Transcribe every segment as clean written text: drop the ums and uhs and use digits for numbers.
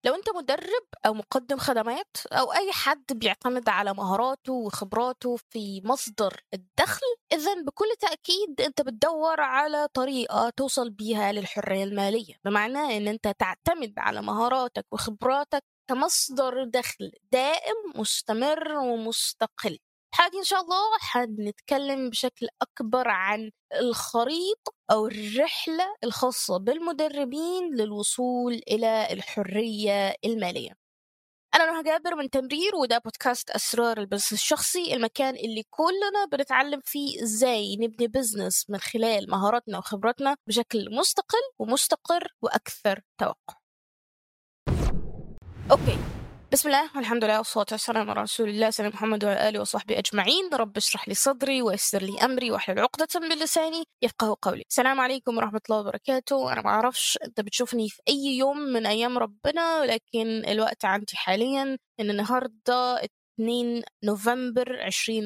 لو أنت مدرب أو مقدم خدمات أو أي حد بيعتمد على مهاراته وخبراته في مصدر الدخل، إذن بكل تأكيد أنت بتدور على طريقة توصل بيها للحرية المالية، بمعنى أن أنت تعتمد على مهاراتك وخبراتك كمصدر دخل دائم مستمر ومستقل. حاجة إن شاء الله حنتكلم بشكل أكبر عن الخريطة أو الرحلة الخاصة بالمدربين للوصول إلى الحرية المالية. أنا نهى جابر من تمرير، وده بودكاست أسرار البزنس الشخصي، المكان اللي كلنا بنتعلم فيه إزاي نبني بزنس من خلال مهاراتنا وخبراتنا بشكل مستقل ومستقر وأكثر توقع. أوكي، بسم الله والحمد لله والصلاة والسلام على رسول الله سيدنا محمد وعلى آله وصحبه أجمعين. رب اشرح لي صدري ويسر لي أمري واحلل عقدة من لساني يفقهوا قولي. السلام عليكم ورحمة الله وبركاته. أنا ما أعرفش أنت بتشوفني في أي يوم من أيام ربنا، لكن الوقت عندي حاليا إن النهاردة 2 نوفمبر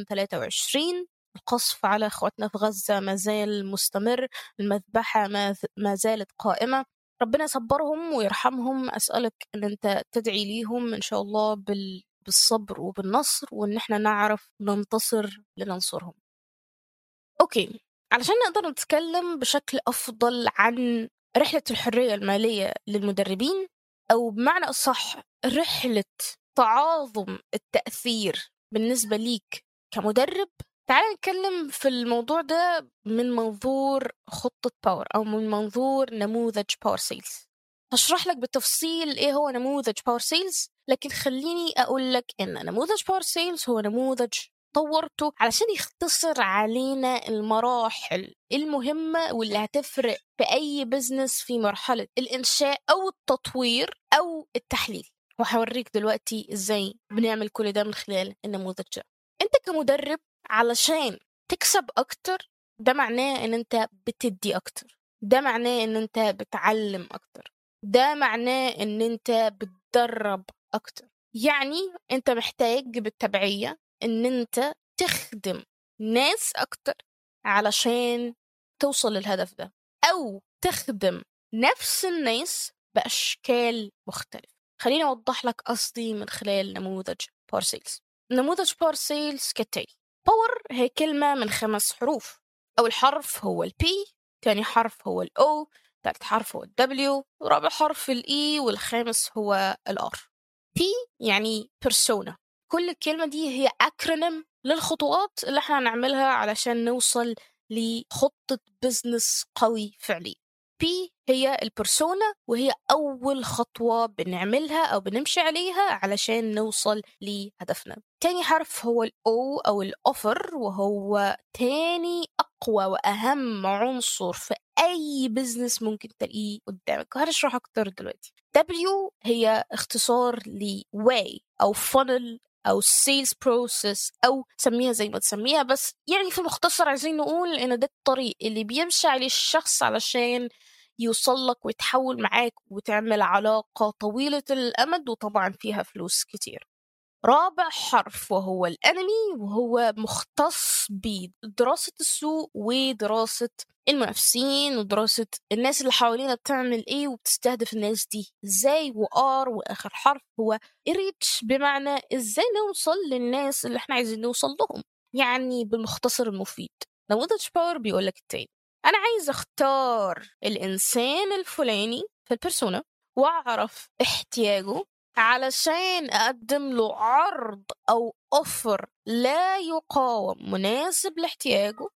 2023. القصف على أخواتنا في غزة ما زال مستمر، المذبحة ما زالت قائمة. ربنا يصبرهم ويرحمهم. أسألك أن أنت تدعي ليهم إن شاء الله بالصبر وبالنصر، وإن احنا نعرف ننتصر لننصرهم. أوكي، علشان نقدر نتكلم بشكل أفضل عن رحلة الحرية المالية للمدربين، أو بمعنى أصح رحلة تعاظم التأثير بالنسبة ليك كمدرب، تعال نتكلم في الموضوع ده من منظور خطة باور أو من منظور نموذج باور سيلز. هشرح لك بالتفصيل إيه هو نموذج باور سيلز، لكن خليني أقول لك إن نموذج باور سيلز هو نموذج طورته علشان يختصر علينا المراحل المهمة واللي هتفرق في أي بزنس في مرحلة الإنشاء أو التطوير أو التحليل. وهوريك دلوقتي إزاي بنعمل كل ده من خلال النموذج ده. أنت كمدرب علشان تكسب أكتر، ده معناه إن أنت بتدي أكتر، ده معناه إن أنت بتعلم أكتر، ده معناه إن أنت بتدرب أكتر. يعني أنت محتاج بالتبعية إن أنت تخدم ناس أكتر علشان توصل للهدف ده، أو تخدم نفس الناس بأشكال مختلفة. خليني أوضح لك قصدي من خلال نموذج باور سيلز. نموذج باور سيلز كالتالي: باور هي كلمة من 5 حروف. أول حرف هو البي، تاني حرف هو الأو، تالت حرف هو الدبليو، ورابع حرف الإي، والخامس هو الآر. P يعني persona. كل الكلمة دي هي أكرونيم للخطوات اللي احنا هنعملها علشان نوصل لخطة بزنس قوي فعلي. P هي البرسونا، وهي أول خطوة بنعملها أو بنمشي عليها علشان نوصل لهدفنا. تاني حرف هو الأو أو الأوفر، وهو تاني أقوى وأهم عنصر في أي بزنس ممكن تلاقيه قدامك، وهنشرح أكتر دلوقتي. W هي اختصار ل way أو funnel أو sales process أو سميها زي ما تسميها، بس يعني في المختصر عايزين نقول إن ده الطريق اللي بيمشي عليه الشخص علشان يوصل لك ويتحول معاك وتعمل علاقة طويلة الأمد وطبعا فيها فلوس كتير. رابع حرف وهو الأنمي، وهو مختص بدراسة السوق ودراسة المنافسين ودراسة الناس اللي حوالينا بتعمل ايه وبتستهدف الناس دي ازاي. وآر واخر حرف هو ريتش، بمعنى ازاي نوصل للناس اللي احنا عايزين نوصل لهم، يعني بالمختصر المفيد. نموذج باور بيقولك التاني: انا عايز اختار الانسان الفلاني في البرسونا واعرف احتياجه علشان أقدم له عرض أو أوفر لا يقاوم مناسب لاحتياجه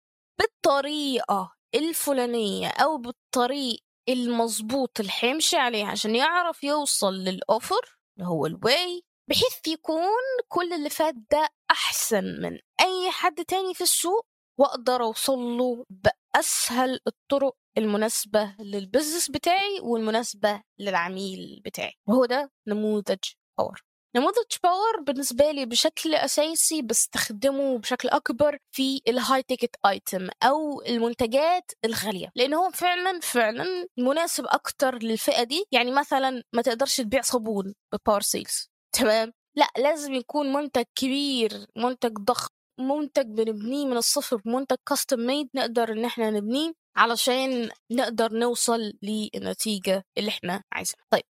بالطريقة الفلانية أو بالطريق المظبوط اللي هيمشي عليه عشان يعرف يوصل للأوفر اللي هو الواي، بحيث يكون كل اللي فات ده أحسن من أي حد تاني في السوق، وأقدر أوصل له بأسهل الطرق المناسبة للبزنس بتاعي والمناسبة للعميل بتاعي. وهو ده نموذج باور. نموذج باور بالنسبة لي بشكل أساسي بستخدمه بشكل أكبر في الهاي تيكت ايتم أو المنتجات الغالية، لأنه هو فعلا مناسب أكتر للفئة دي. يعني مثلا ما تقدرش تبيع صابون بباور سيلز، تمام؟ لا، لازم يكون منتج كبير، منتج ضخم، منتج بنبنيه من الصفر، منتج كاستم ميد نقدر ان احنا نبنيه علشان نقدر نوصل للنتيجة اللي احنا عايزينها. طيب،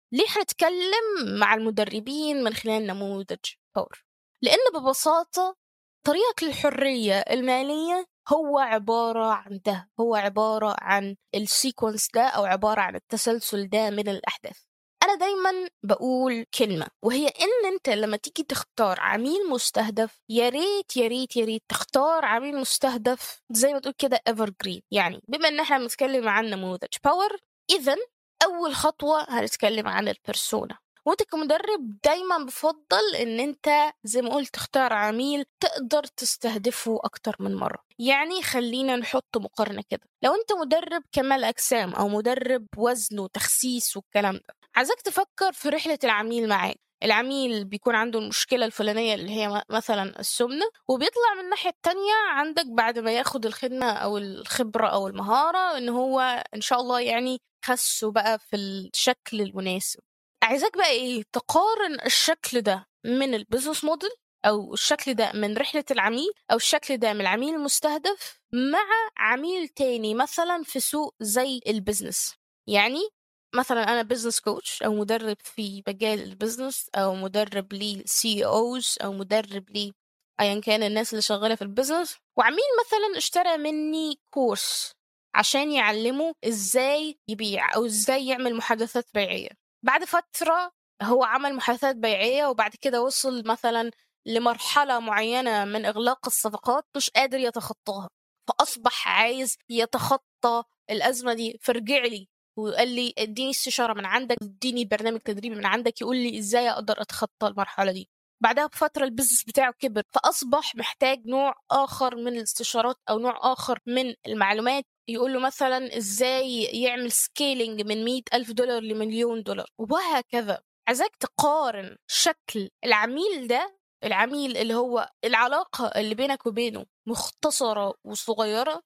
ليه هنتكلم مع المدربين من خلال نموذج باور؟ لأن ببساطة طريقك للحرية المالية هو عبارة عن ده، هو عبارة عن السيكونس ده، أو عبارة عن التسلسل ده من الأحداث. أنا دايما بقول كلمة، وهي إن أنت لما تيجي تختار عميل مستهدف، يا ريت يا ريت يا ريت تختار عميل مستهدف زي ما تقول كده evergreen. يعني بما إن احنا بنتكلم عن نموذج باور، إذن أول خطوة هنتكلم عن البرسونا. وانت كمدرب دايما بفضل ان انت زي ما قلت تختار عميل تقدر تستهدفه اكتر من مرة. يعني خلينا نحط مقارنة كده، لو انت مدرب كمال اجسام او مدرب وزن وتخسيس والكلام ده، عايزك تفكر في رحلة العميل معاك. العميل بيكون عنده المشكلة الفلانية اللي هي مثلا السمنة، وبيطلع من الناحية التانية عندك بعد ما ياخد الخدمة أو الخبرة أو المهارة إن هو إن شاء الله يعني خسه بقى في الشكل المناسب. عايزاك بقى إيه تقارن الشكل ده من البيزنس موديل، أو الشكل ده من رحلة العميل، أو الشكل ده من العميل المستهدف مع عميل تاني مثلا في سوق زي البيزنس. يعني مثلا أنا بيزنس كوتش أو مدرب في مجال البيزنس، أو مدرب لي سي اوز، أو مدرب لي أيا كان الناس اللي شغالة في البيزنس، وعميل مثلا اشترى مني كورس عشان يعلمه إزاي يبيع أو إزاي يعمل محادثات بيعية. بعد فترة هو عمل محادثات بيعية، وبعد كده وصل مثلا لمرحلة معينة من إغلاق الصفقات مش قادر يتخطاها، فأصبح عايز يتخطى الأزمة دي. فرجع لي وقال لي اديني استشارة من عندك، اديني برنامج تدريبي من عندك يقول لي ازاي اقدر اتخطى المرحلة دي. بعدها بفترة البيزنس بتاعه كبر، فأصبح محتاج نوع آخر من الاستشارات أو نوع آخر من المعلومات، يقول له مثلا ازاي يعمل سكيلينج من $100,000 ل1,000,000 وهكذا. عايزاك تقارن شكل العميل ده، العميل اللي هو العلاقة اللي بينك وبينه مختصرة وصغيرة،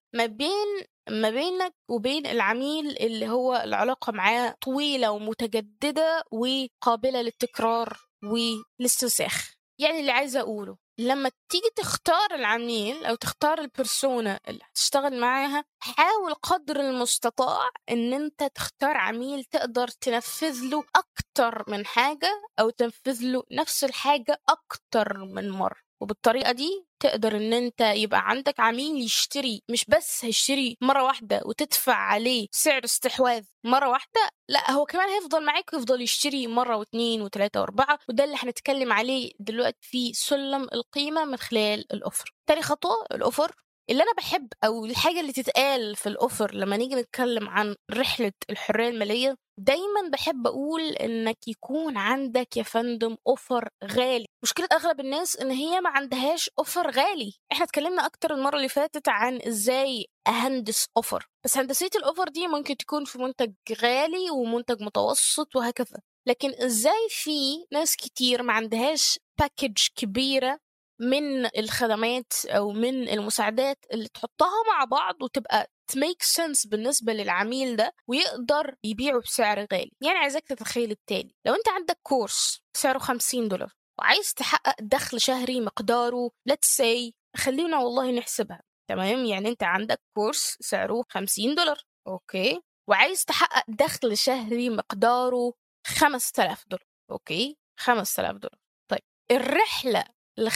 ما بينك وبين العميل اللي هو العلاقة معاه طويلة ومتجددة وقابلة للتكرار والاستنساخ. يعني اللي عايزة أقوله، لما تيجي تختار العميل أو تختار البرسونا اللي هتشتغل معاها، حاول قدر المستطاع إن أنت تختار عميل تقدر تنفذ له أكتر من حاجة، أو تنفذ له نفس الحاجة أكتر من مرة. وبالطريقة دي تقدر ان انت يبقى عندك عميل يشتري، مش بس هيشتري مرة واحدة وتدفع عليه سعر استحواذ مرة واحدة، لا هو كمان هيفضل معاك ويفضل يشتري مرة واثنين وثلاثة واربعة. وده اللي هنتكلم عليه دلوقتي في سلم القيمة من خلال الأوفر. تاني خطوة الأوفر. اللي أنا بحب أو الحاجة اللي تتقال في الأوفر لما نيجي نتكلم عن رحلة الحرية المالية، دايما بحب أقول إنك يكون عندك يا فندم أوفر غالي. مشكلة أغلب الناس إن هي ما عندهاش أوفر غالي. إحنا اتكلمنا أكتر المرة اللي فاتت عن إزاي أهندس أوفر، بس هندسية الأوفر دي ممكن تكون في منتج غالي ومنتج متوسط وهكذا. لكن إزاي في ناس كتير ما عندهاش باكج كبيرة من الخدمات أو من المساعدات اللي تحطها مع بعض وتبقى make sense بالنسبة للعميل ده ويقدر يبيعه بسعر غالي. يعني عايزك تتخيل التالي، لو انت عندك كورس سعره $50 وعايز تحقق دخل شهري مقداره let's say، خلينا والله نحسبها تمام، يعني انت عندك كورس سعره $50 اوكي، وعايز تحقق دخل شهري مقداره $5,000 اوكي، $5,000. طيب الرحلة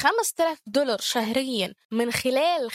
$5,000 شهريا من خلال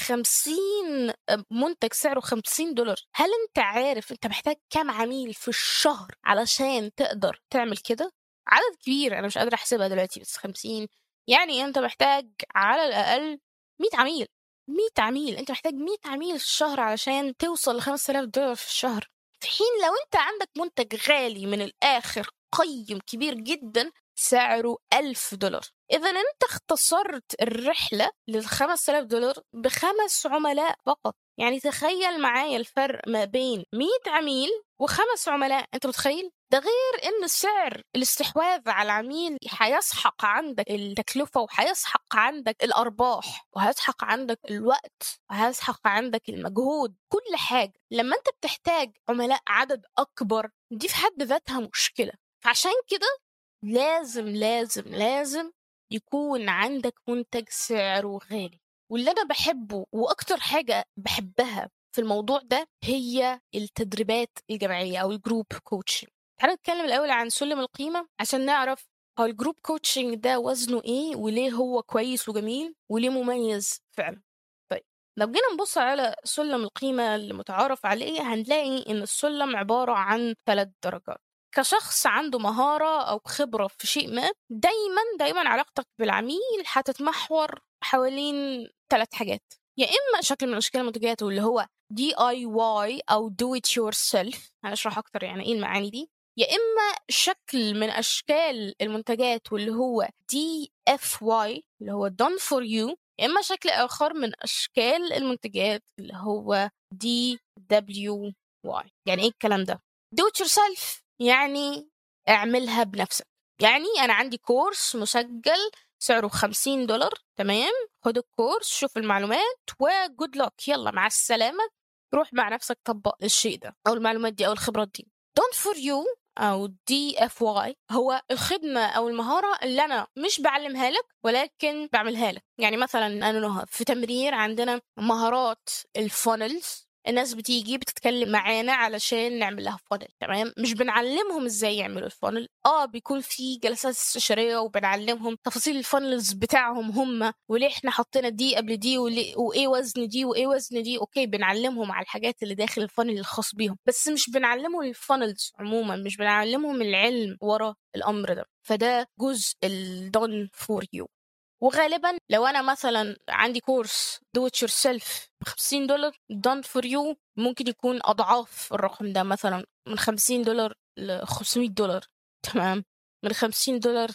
50 منتج سعره $50، هل انت عارف انت محتاج كام عميل في الشهر علشان تقدر تعمل كده؟ عدد كبير، انا مش قادرة احسبها دلوقتي، بس 50 يعني انت محتاج على الاقل 100 عميل. 100 عميل، انت محتاج 100 عميل في الشهر علشان توصل $5,000 في الشهر. في حين لو انت عندك منتج غالي من الاخر قيم كبير جدا سعره $1,000، إذا أنت اختصرت الرحلة $5,000 ب5 عملاء فقط. يعني تخيل معايا الفرق ما بين 100 عميل و5 عملاء. أنت متخيل؟ ده غير إن سعر الاستحواذ على العميل هيسحق عندك التكلفة، وهيسحق عندك الأرباح، وهيسحق عندك الوقت، وهيسحق عندك المجهود، كل حاجة. لما أنت بتحتاج عملاء عدد أكبر، دي في حد ذاتها مشكلة. فعشان كده لازم لازم لازم يكون عندك منتج سعره غالي. واللي أنا بحبه وأكتر حاجة بحبها في الموضوع ده هي التدريبات الجماعية أو الجروب كوتشنج. تعالوا نتكلم الأول عن سلم القيمة عشان نعرف هو الجروب كوتشنج ده وزنه إيه وليه هو كويس وجميل وليه مميز فعلا. طيب لو جينا نبص على سلم القيمة المتعارف عليه هنلاقي إن السلم عبارة عن 3 درجات. كشخص عنده مهارة أو خبرة في شيء ما، دايما علاقتك بالعميل هتتمحور حوالين 3 حاجات. يا إما شكل من أشكال المنتجات واللي هو DIY أو do it yourself، هنشرح أكتر يعني إيه المعاني دي. يا إما شكل من أشكال المنتجات واللي هو DFY اللي هو done for you، يا إما شكل آخر من أشكال المنتجات اللي هو DWY. يعني إيه الكلام ده؟ do it yourself يعني اعملها بنفسك. يعني أنا عندي كورس مسجل سعره $50، تمام؟ خد الكورس، شوف المعلومات وجود لك، يلا مع السلامة، روح مع نفسك طبق الشيء ده أو المعلومات دي أو الخبرات دي. done for you أو DFY هو الخدمة أو المهارة اللي أنا مش بعلمها لك ولكن بعملها لك. يعني مثلا أنا في تمرير عندنا مهارات الفانلز، الناس بتيجي بتتكلم معانا علشان نعمل لها فانل، تمام؟ مش بنعلمهم ازاي يعملوا الفانل، بيكون في جلسات استشاريه وبنعلمهم تفاصيل الفانلز بتاعهم هم، وليه احنا حطينا دي قبل دي وايه وزن دي وايه وزن دي. اوكي، بنعلمهم على الحاجات اللي داخل الفانل الخاص بيهم، بس مش بنعلمهم الفانلز عموما، مش بنعلمهم العلم ورا الامر ده. فده جزء الدون فور يو. وغالبا لو انا مثلا عندي كورس do it yourself $50 done for you ممكن يكون اضعاف الرقم ده، مثلا من $50 $500، تمام؟ من $50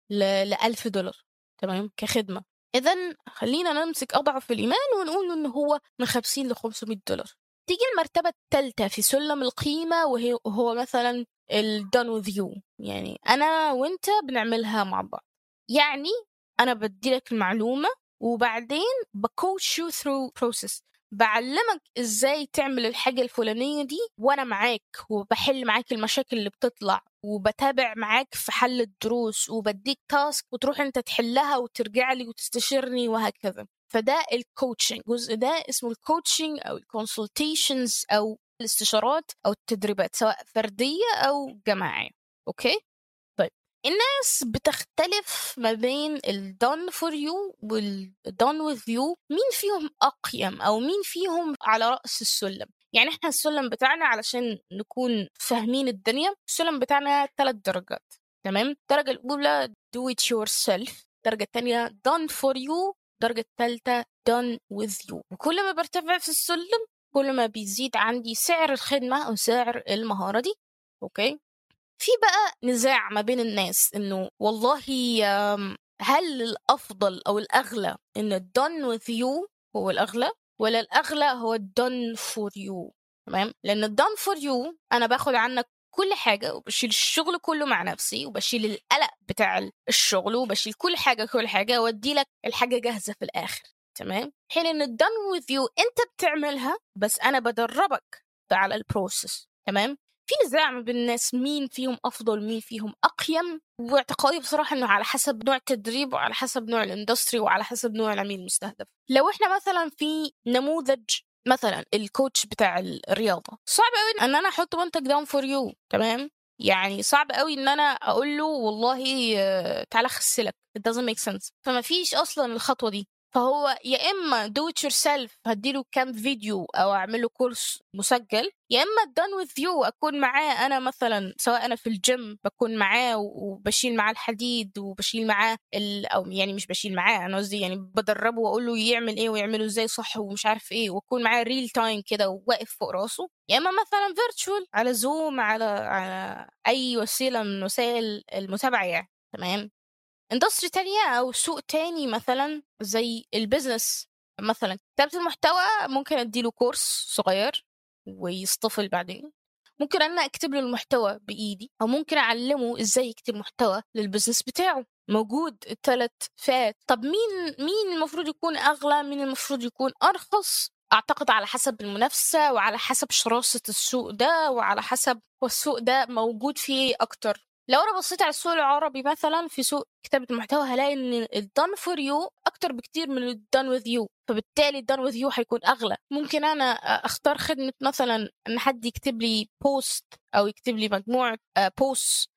$1000، تمام؟ كخدمة. اذا خلينا نمسك اضعف الايمان ونقول انه هو من $50 $500. تيجي المرتبة الثالثة في سلم القيمة وهو مثلا done with you، يعني انا وانت بنعملها مع بعض. يعني أنا بديلك المعلومة وبعدين بكوتش you through process، بعلمك إزاي تعمل الحاجة الفلانية دي وأنا معاك، وبحل معاك المشاكل اللي بتطلع، وبتابع معاك في حل الدروس، وبديك تاسك وتروح أنت تحلها وترجع لي وتستشيرني وهكذا. فده الكوتشنج، جزء ده اسمه الكوتشنج أو الكونسلتيشنز أو الاستشارات أو التدريبات سواء فردية أو جماعية. أوكي؟ طيب الناس بتختلف ما بين ال done for you وال done with you، مين فيهم أقيم أو مين فيهم على رأس السلم. يعني احنا السلم بتاعنا علشان نكون فاهمين الدنيا، السلم بتاعنا 3 درجات، تمام؟ الدرجة الأولى do it yourself، الدرجة الثانية done for you، الدرجة الثالثة done with you. وكل ما برتفع في السلم كل ما بيزيد عندي سعر الخدمة أو سعر المهارة دي. أوكي؟ في بقى نزاع ما بين الناس إنه والله هل الأفضل أو الأغلى إن done with you هو الأغلى ولا الأغلى هو done for you، تمام؟ لأن done for you أنا باخد عنك كل حاجة وبشيل الشغل كله مع نفسي وبشيل القلق بتاع الشغل وبشيل كل حاجة وأدي لك الحاجة جاهزة في الآخر، تمام؟ حين إن done with you أنت بتعملها بس أنا بدربك على البروسيس، تمام؟ في نزاع ما بين الناس مين فيهم أفضل مين فيهم أقيم، واعتقادي بصراحة إنه على حسب نوع التدريب وعلى حسب نوع الاندستري وعلى حسب نوع العميل المستهدف. لو إحنا مثلا في نموذج مثلا الكوتش بتاع الرياضة، صعب قوي إن أنا أحط منتج داون فور يو، تمام؟ يعني صعب قوي إن أنا أقول له والله تعالى خسلك، it doesn't make sense. فما فيش أصلا الخطوة دي. فهو يا إما do it yourself هديله كام فيديو أو أعمله كورس مسجل، يا إما done with you أكون معاه أنا مثلا، سواء أنا في الجيم بكون معاه وبشيل معاه الحديد وبشيل معاه أو يعني مش بشيل معاه، أنا قصدي يعني بدربه وأقول له يعمل إيه ويعمله إزاي صح ومش عارف إيه، وأكون معاه ريل تايم كده وواقف فوق راسه. يا إما مثلا virtual على زوم على أي وسيلة من وسائل المتابعة يعني، تمام؟ اندستري تانية أو سوق تاني مثلا زي البيزنس، مثلا كتابة المحتوى ممكن أديله كورس صغير ويصطفل بعدين، ممكن أنا أكتب له المحتوى بإيدي أو ممكن أعلمه إزاي يكتب محتوى للبزنس بتاعه. موجود ال3 فئات. طب مين المفروض يكون أغلى، مين المفروض يكون أرخص؟ أعتقد على حسب المنافسة وعلى حسب شراسة السوق ده وعلى حسب والسوق ده موجود فيه أكتر. لو أنا بصيت على السوق العربي مثلا في سوق كتابة المحتوى هلاقي إن الدون فور يو اكتر بكتير من done with you، فبالتالي done with you هيكون اغلى. ممكن انا اختار خدمة مثلا ان حد يكتب لي بوست او يكتب لي مجموعة بوست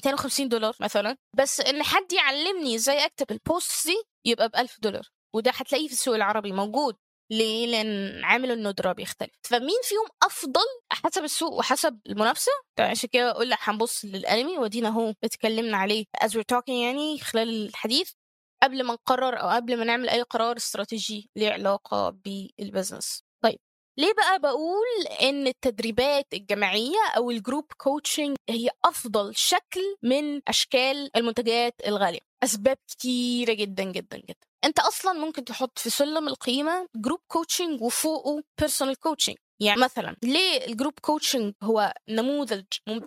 $250 مثلا، بس ان حد يعلمني ازاي اكتب البوست دي يبقى $1000، وده هتلاقيه في السوق العربي موجود. ليه؟ لان عامل الندرة بيختلف. فمين فيهم افضل حسب السوق وحسب المنافسة. عشان كده اقول لك هنبص للانمي، ودينا هو اتكلمنا عليه as we're talking يعني خلال الحديث، قبل ما نقرر او قبل ما نعمل اي قرار استراتيجي له علاقة بالبزنس. طيب ليه بقى بقول ان التدريبات الجماعية او الجروب كوتشنج هي افضل شكل من اشكال المنتجات الغالية؟ اسباب كتيرة جدا جدا جدا. انت اصلا ممكن تحط في سلم القيمة جروب كوتشنج وفوقه بيرسونال كوتشنج. يعني مثلا ليه الجروب كوتشنج هو نموذج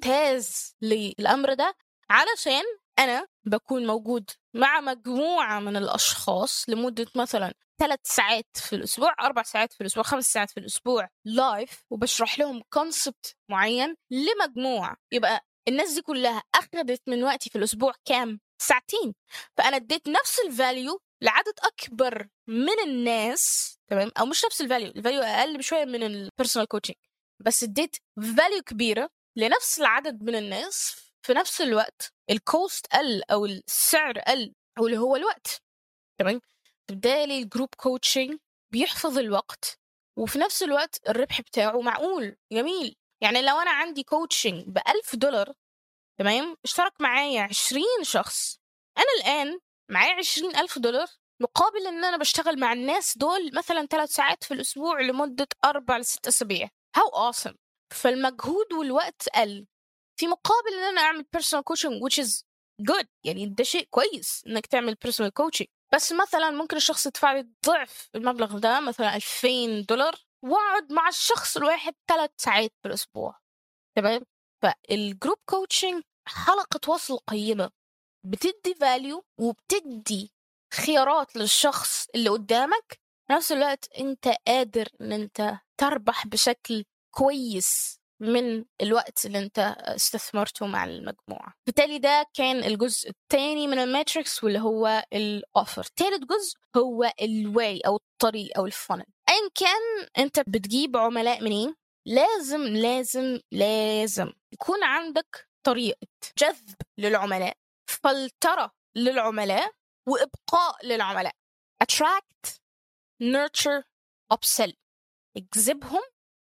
ممتاز للامر ده؟ علشان انا بكون موجود مع مجموعة من الاشخاص لمدة مثلا 3 ساعات في الأسبوع، 4 ساعات في الأسبوع، 5 ساعات في الأسبوع لايف، وبشرح لهم كونسبت معين لمجموعة. يبقى الناس دي كلها أخذت من وقتي في الأسبوع كام؟ ساعتين. فأنا اديت نفس الفاليو لعدد أكبر من الناس، تمام؟ أو مش نفس الفاليو أقل بشوية من البيرسونال كوتشنج، بس اديت فاليو كبيرة لنفس العدد من الناس في نفس الوقت. الكوست قل أو السعر قل، أو اللي هو الوقت، تمام؟ بالتالي الجروب كوتشنج بيحفظ الوقت، وفي نفس الوقت الربح بتاعه معقول جميل. يعني لو أنا عندي كوتشنج $1000، تمام، اشترك معايا 20 شخص، أنا الآن معايا $20,000 مقابل إن أنا بشتغل مع الناس دول مثلا 3 ساعات في الأسبوع لمدة 4 ل 6 أسابيع. How awesome! فالمجهود والوقت قل في مقابل إن أنا أعمل personal coaching which is good. يعني ده شيء كويس إنك تعمل personal coaching، بس مثلا ممكن الشخص يدفع لي ضعف المبلغ ده، مثلا $2000، واقعد مع الشخص الواحد 3 ساعات في الأسبوع، تمام؟ فالجروب كوتشنج حلقة وصل قيمة، بتدي فاليو وبتدي خيارات للشخص اللي قدامك، نفس الوقت انت قادر ان انت تربح بشكل كويس من الوقت اللي انت استثمرته مع المجموعة. بالتالي ده كان الجزء الثاني من الماتريكس، واللي هو الاوفر. ثالث جزء هو الواي او الطريق او الفانل. ايا كان انت بتجيب عملاء منين، لازم لازم لازم يكون عندك طريقة جذب للعملاء، فلترة للعملاء، وإبقاء للعملاء. attract, nurture, upsell. اجذبهم،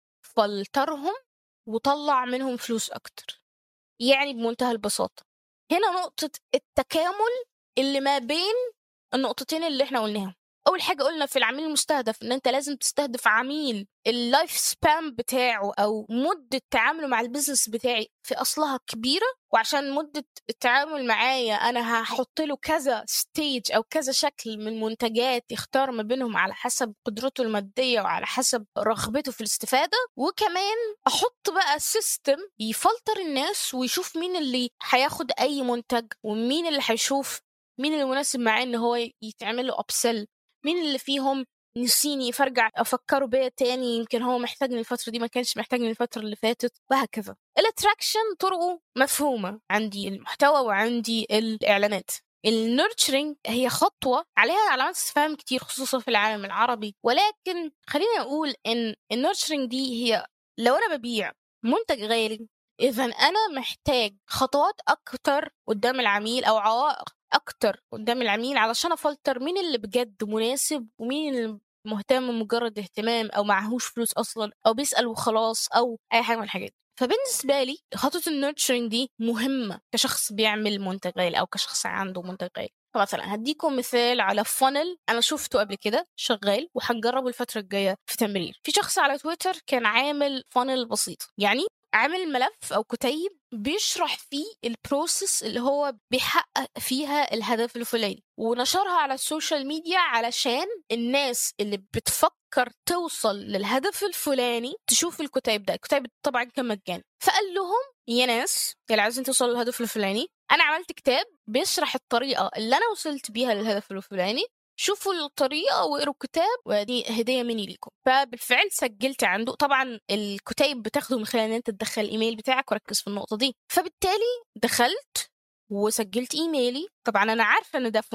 فلترهم، وطلع منهم فلوس أكتر. يعني بمنتهى البساطة هنا نقطة التكامل اللي ما بين النقطتين اللي احنا قلناهم. أول حاجة قلنا في العميل المستهدف إن أنت لازم تستهدف عميل اللايف سبان بتاعه أو مدة تعامله مع البيزنس بتاعي في أصلها كبيرة، وعشان مدة التعامل معايا أنا هحط له كذا ستيج أو كذا شكل من منتجات يختار ما بينهم على حسب قدرته المادية وعلى حسب رغبته في الاستفادة. وكمان أحط بقى سيستم يفلتر الناس ويشوف مين اللي هياخد أي منتج، ومين اللي هيشوف مين اللي مناسب معاه ان هو يتعمل له ابسل، مين اللي فيهم نسيني فرجع افكره بيا تاني، يمكن هو محتاجني الفتره دي ما كانش محتاجني الفتره اللي فاتت، وهكذا. الاتراكشن طرقه مفهومه، عندي المحتوى وعندي الاعلانات. النيرتشرينج هي خطوه عليها علامات استفهام كتير خصوصا في العالم العربي، ولكن خليني اقول ان النيرتشرينج دي هي لو انا ببيع منتج غالي، إذا أنا محتاج خطوات أكتر قدام العميل أو عوائق أكتر قدام العميل علشان أفلتر مين اللي بجد مناسب ومين اللي مهتم مجرد اهتمام أو معهوش فلوس أصلا أو بيسأل وخلاص أو أي حاجة من الحاجات. فبالنسبة لي خطوة النيرتشرينج دي مهمة كشخص بيعمل منتج غالي أو كشخص عنده منتج غالي. فمثلا هديكم مثال على فانل أنا شفته قبل كده شغال وهنجربه الفترة الجاية في تمرير. في شخص على تويتر كان عامل فانل بسيط، يعني عامل ملف أو كتيب بيشرح فيه البروسيس اللي هو بيحقق فيها الهدف الفلاني، ونشرها على السوشيال ميديا علشان الناس اللي بتفكر توصل للهدف الفلاني تشوف الكتيب ده. الكتيب طبعا كان مجاني. فقال لهم يا ناس اللي عايزين توصلوا للهدف الفلاني، أنا عملت كتاب بيشرح الطريقة اللي أنا وصلت بيها للهدف الفلاني، شوفوا الطريقة وقروا الكتاب، ودي هدية مني لكم. فبالفعل سجلت عنده. طبعا الكتيب بتاخده من خلال ان انت تدخل الايميل بتاعك، وركز في النقطة دي. فبالتالي دخلت وسجلت ايميلي. طبعا انا عارفة ان ده فانل،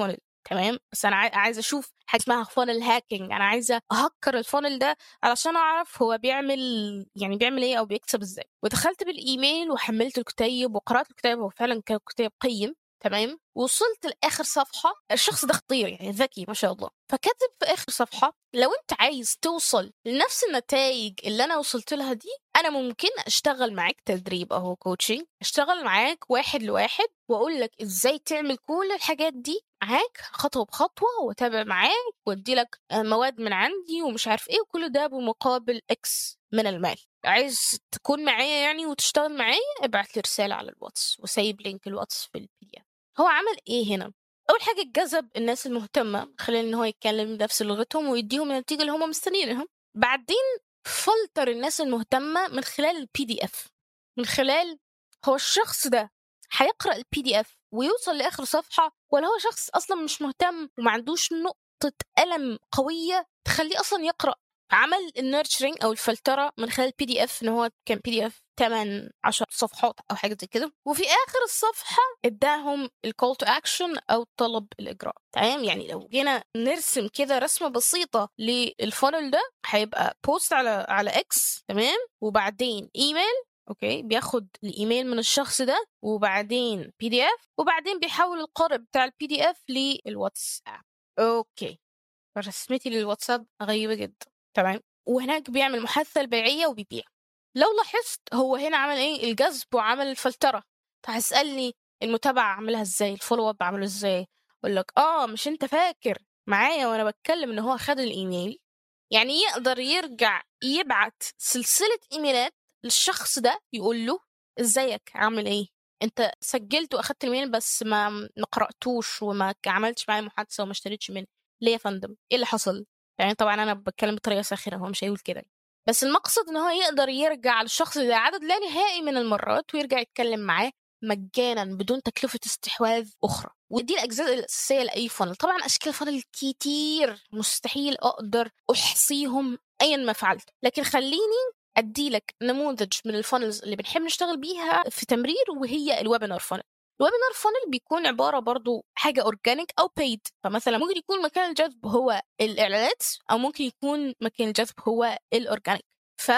تمام، بس انا عايزه اشوف حاجه اسمها فانل هاكينج. انا عايزه اهكر الفانل ده علشان اعرف هو بيعمل ايه او بيكسب ازاي. ودخلت بالايميل وحملت الكتيب وقرات الكتاب، هو فعلا كان كتاب قيم. تمام، وصلت لاخر صفحه. الشخص ده خطير يعني، ذكي ما شاء الله. فكتب في اخر صفحه: لو انت عايز توصل لنفس النتائج اللي انا وصلت لها دي، انا ممكن اشتغل معاك تدريب اهو كوتشنج، اشتغل معاك واحد لواحد واقول لك ازاي تعمل كل الحاجات دي معاك خطوه بخطوه، واتابع معاك وادي لك مواد من عندي ومش عارف ايه، وكل ده بمقابل اكس من المال. عايز تكون معايا يعني وتشتغل معايا، ابعت لي رساله على الواتس، وسايب لينك الواتس في البي. هو عمل ايه هنا؟ اول حاجه جذب الناس المهتمه خلال ان هو يتكلم نفس لغتهم ويديهم النتيجه اللي هم مستنيينها. بعدين فلتر الناس المهتمه من خلال البي دي اف، من خلال هو الشخص ده هيقرا البي دي اف ويوصل لاخر صفحه، ولا هو شخص اصلا مش مهتم وما عندوش نقطه قلم قويه تخليه اصلا يقرا. عمل النيرتشرينج او الفلتره من خلال البي دي اف، ان هو كان بي دي اف 8 10 صفحات او حاجه زي كده، وفي اخر الصفحه اداهم الكول تو اكشن او طلب الاجراء. تمام، يعني لو جينا نرسم كده رسمه بسيطه للفانل ده، هيبقى بوست على اكس، تمام، وبعدين ايميل، اوكي، بياخد الايميل من الشخص ده، وبعدين بي دي اف، وبعدين بيحول القارئ بتاع البي دي اف للواتساب. اوكي، رسمتي للواتساب غريبه جدا. تمام، وهناك بيعمل محادثه البيعيه وبيبيع. لو لاحظت هو هنا عمل ايه؟ الجذب وعمل الفلتره. فهسألني المتابعة عملها ازاي، الفولو اب عمله ازاي؟ اقول لك مش انت فاكر معايا وانا بتكلم ان هو خد الايميل؟ يعني يقدر يرجع يبعت سلسلة ايميلات للشخص ده يقول له ازيك عامل ايه، انت سجلت واخدت الايميل بس ما قرأتوش وما عملتش معايا محادثة وما اشتريتش منه. ليه يا فندم؟ ايه اللي حصل؟ يعني طبعا انا بتكلم بطريقة ساخرة، هو مش هيقول كده، بس المقصد ان هو يقدر يرجع للشخص ده عدد لا نهائي من المرات ويرجع يتكلم معاه مجانا بدون تكلفة استحواذ أخرى. ودي الأجزاء الأساسية لأي فانل. طبعا أشكال فانل كتير مستحيل أقدر أحصيهم أيا ما فعلت، لكن خليني أدي لك نموذج من الفانلز اللي بنحب نشتغل بيها في تمرير، وهي الويبينار فانل. الويبينار فانل بيكون عبارة برضو حاجة أورجانيك أو paid. فمثلا ممكن يكون مكان الجذب هو الإعلانات، أو ممكن يكون مكان الجذب هو الأورجانيك.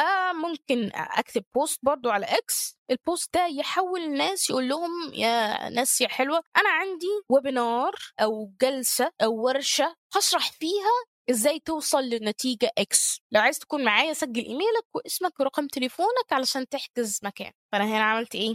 فممكن اكتب بوست برضو على اكس، البوست ده يحول الناس، يقول لهم يا ناس يا حلوة، انا عندي ويبينار او جلسة او ورشة هشرح فيها ازاي توصل للنتيجة اكس. لو عايز تكون معايا سجل ايميلك واسمك ورقم تليفونك علشان تحجز مكان. فانا هنا عملت ايه؟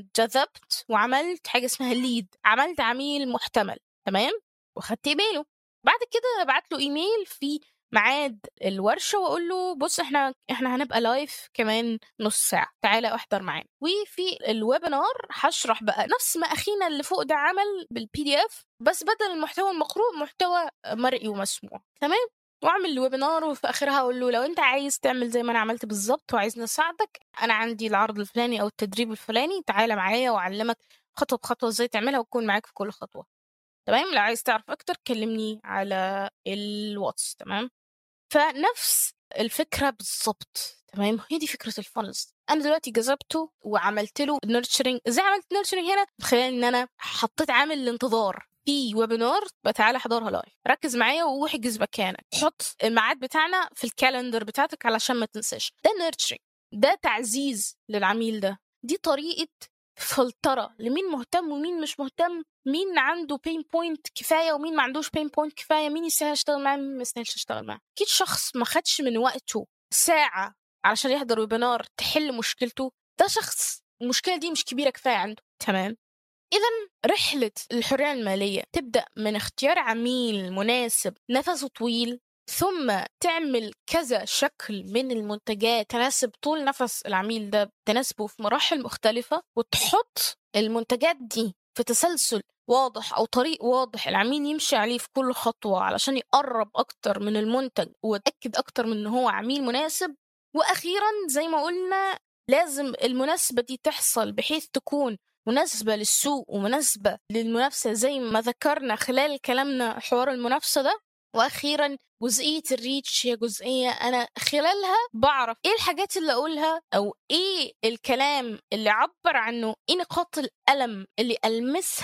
جذبت وعملت حاجة اسمها ليد، عملت عميل محتمل، تمام، وخدت ايميله. بعد كده ابعت له ايميل في ميعاد الورشة وأقول له بص احنا هنبقى لايف كمان نص ساعة، تعالى احضر معانا. وفي الويبينار هشرح بقى نفس ما أخينا اللي فوق ده عمل بالبي دي اف، بس بدل المحتوى المقروء محتوى مرئي ومسموع. تمام، واعمل الويبينار وفي اخرها اقول له لو انت عايز تعمل زي ما انا عملت بالظبط وعايزني اساعدك، انا عندي العرض الفلاني او التدريب الفلاني، تعالى معايا واعلمك خطوه بخطوه ازاي تعملها واكون معاك في كل خطوه. تمام، لو عايز تعرف اكتر كلمني على الواتس. تمام، فنفس الفكرة بالضبط. تمام، هي دي فكرة الفانلز. أنا دلوقتي جذبته وعملت له نيرتشرينج. إزاي عملت نيرتشرينج هنا؟ من خلال إن أنا حطيت عامل الانتظار في ويبينار، تعالى حضرها لايف، ركز معايا واحجز مكانك، حط الميعاد بتاعنا في الكالندر بتاعتك علشان ما تنساش. ده نيرتشرينج، ده تعزيز للعميل ده. دي طريقة فلترة لمين مهتم ومين مش مهتم، مين عنده بين بوينت كفايه ومين ما عندوش بين بوينت كفايه، مين يستاهل اشتغل معاه مين ما يستاهلش اشتغل معاه. اكيد شخص ما خدش من وقته ساعه علشان يحضر ويبينار تحل مشكلته، ده شخص المشكله دي مش كبيره كفايه عنده. تمام، إذا رحلة الحرية المالية تبدأ من اختيار عميل مناسب نفسه طويل، ثم تعمل كذا شكل من المنتجات تناسب طول نفس العميل ده، تناسبه في مراحل مختلفة، وتحط المنتجات دي في تسلسل واضح أو طريق واضح العميل يمشي عليه في كل خطوة علشان يقرب أكتر من المنتج ويتأكد أكتر من أنه هو عميل مناسب. وأخيرا زي ما قلنا لازم المناسبة دي تحصل بحيث تكون مناسبة للسوق ومناسبة للمنافسة زي ما ذكرنا خلال كلامنا حوار المنافسة ده. وأخيرا جزئية الريتش هي جزئية أنا خلالها بعرف إيه الحاجات اللي أقولها أو إيه الكلام اللي عبر عنه، إيه نقاط الألم اللي ألمسها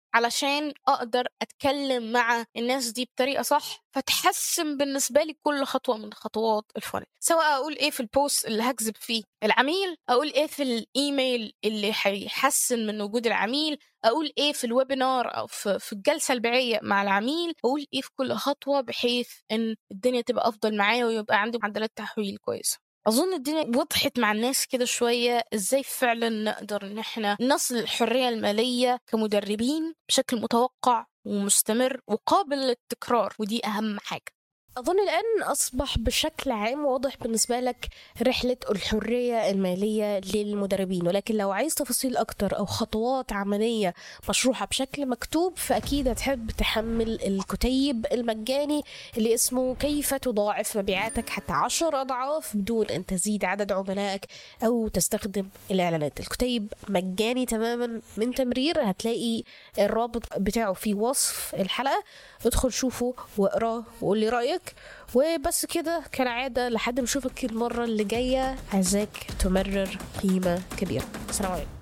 علشان أقدر أتكلم مع الناس دي بطريقة صح، فتحسن بالنسبة لي كل خطوة من خطوات الفريق. سواء أقول إيه في البوست اللي هكذب فيه العميل، أقول إيه في الإيميل اللي هيحسن من وجود العميل، أقول إيه في الويبينار أو في الجلسة البيعية مع العميل، أقول إيه في كل خطوة بحيث إن الدنيا تبقى أفضل معايا ويبقى عندي معدلات تحويل كويسة. أظن الدنيا وضحت مع الناس كده شوية إزاي فعلا نقدر إن إحنا نصل الحرية المالية كمدربين بشكل متوقع ومستمر وقابل للتكرار، ودي أهم حاجة. أظن الآن أصبح بشكل عام واضح بالنسبة لك رحلة الحرية المالية للمدربين، ولكن لو عايز تفاصيل أكتر أو خطوات عملية مشروحة بشكل مكتوب، فأكيد هتحب تحمل الكتيب المجاني اللي اسمه كيف تضاعف مبيعاتك حتى 10 أضعاف بدون أن تزيد عدد عملائك أو تستخدم الإعلانات. الكتيب مجاني تماما من تمرير، هتلاقي الرابط بتاعه في وصف الحلقة، ادخل شوفه واقراه وقول لي رأيك. وبس كده كالعادة، لحد ما اشوفك المرة اللي جاية، عايزاك تمرر قيمة كبيرة. السلام عليكم.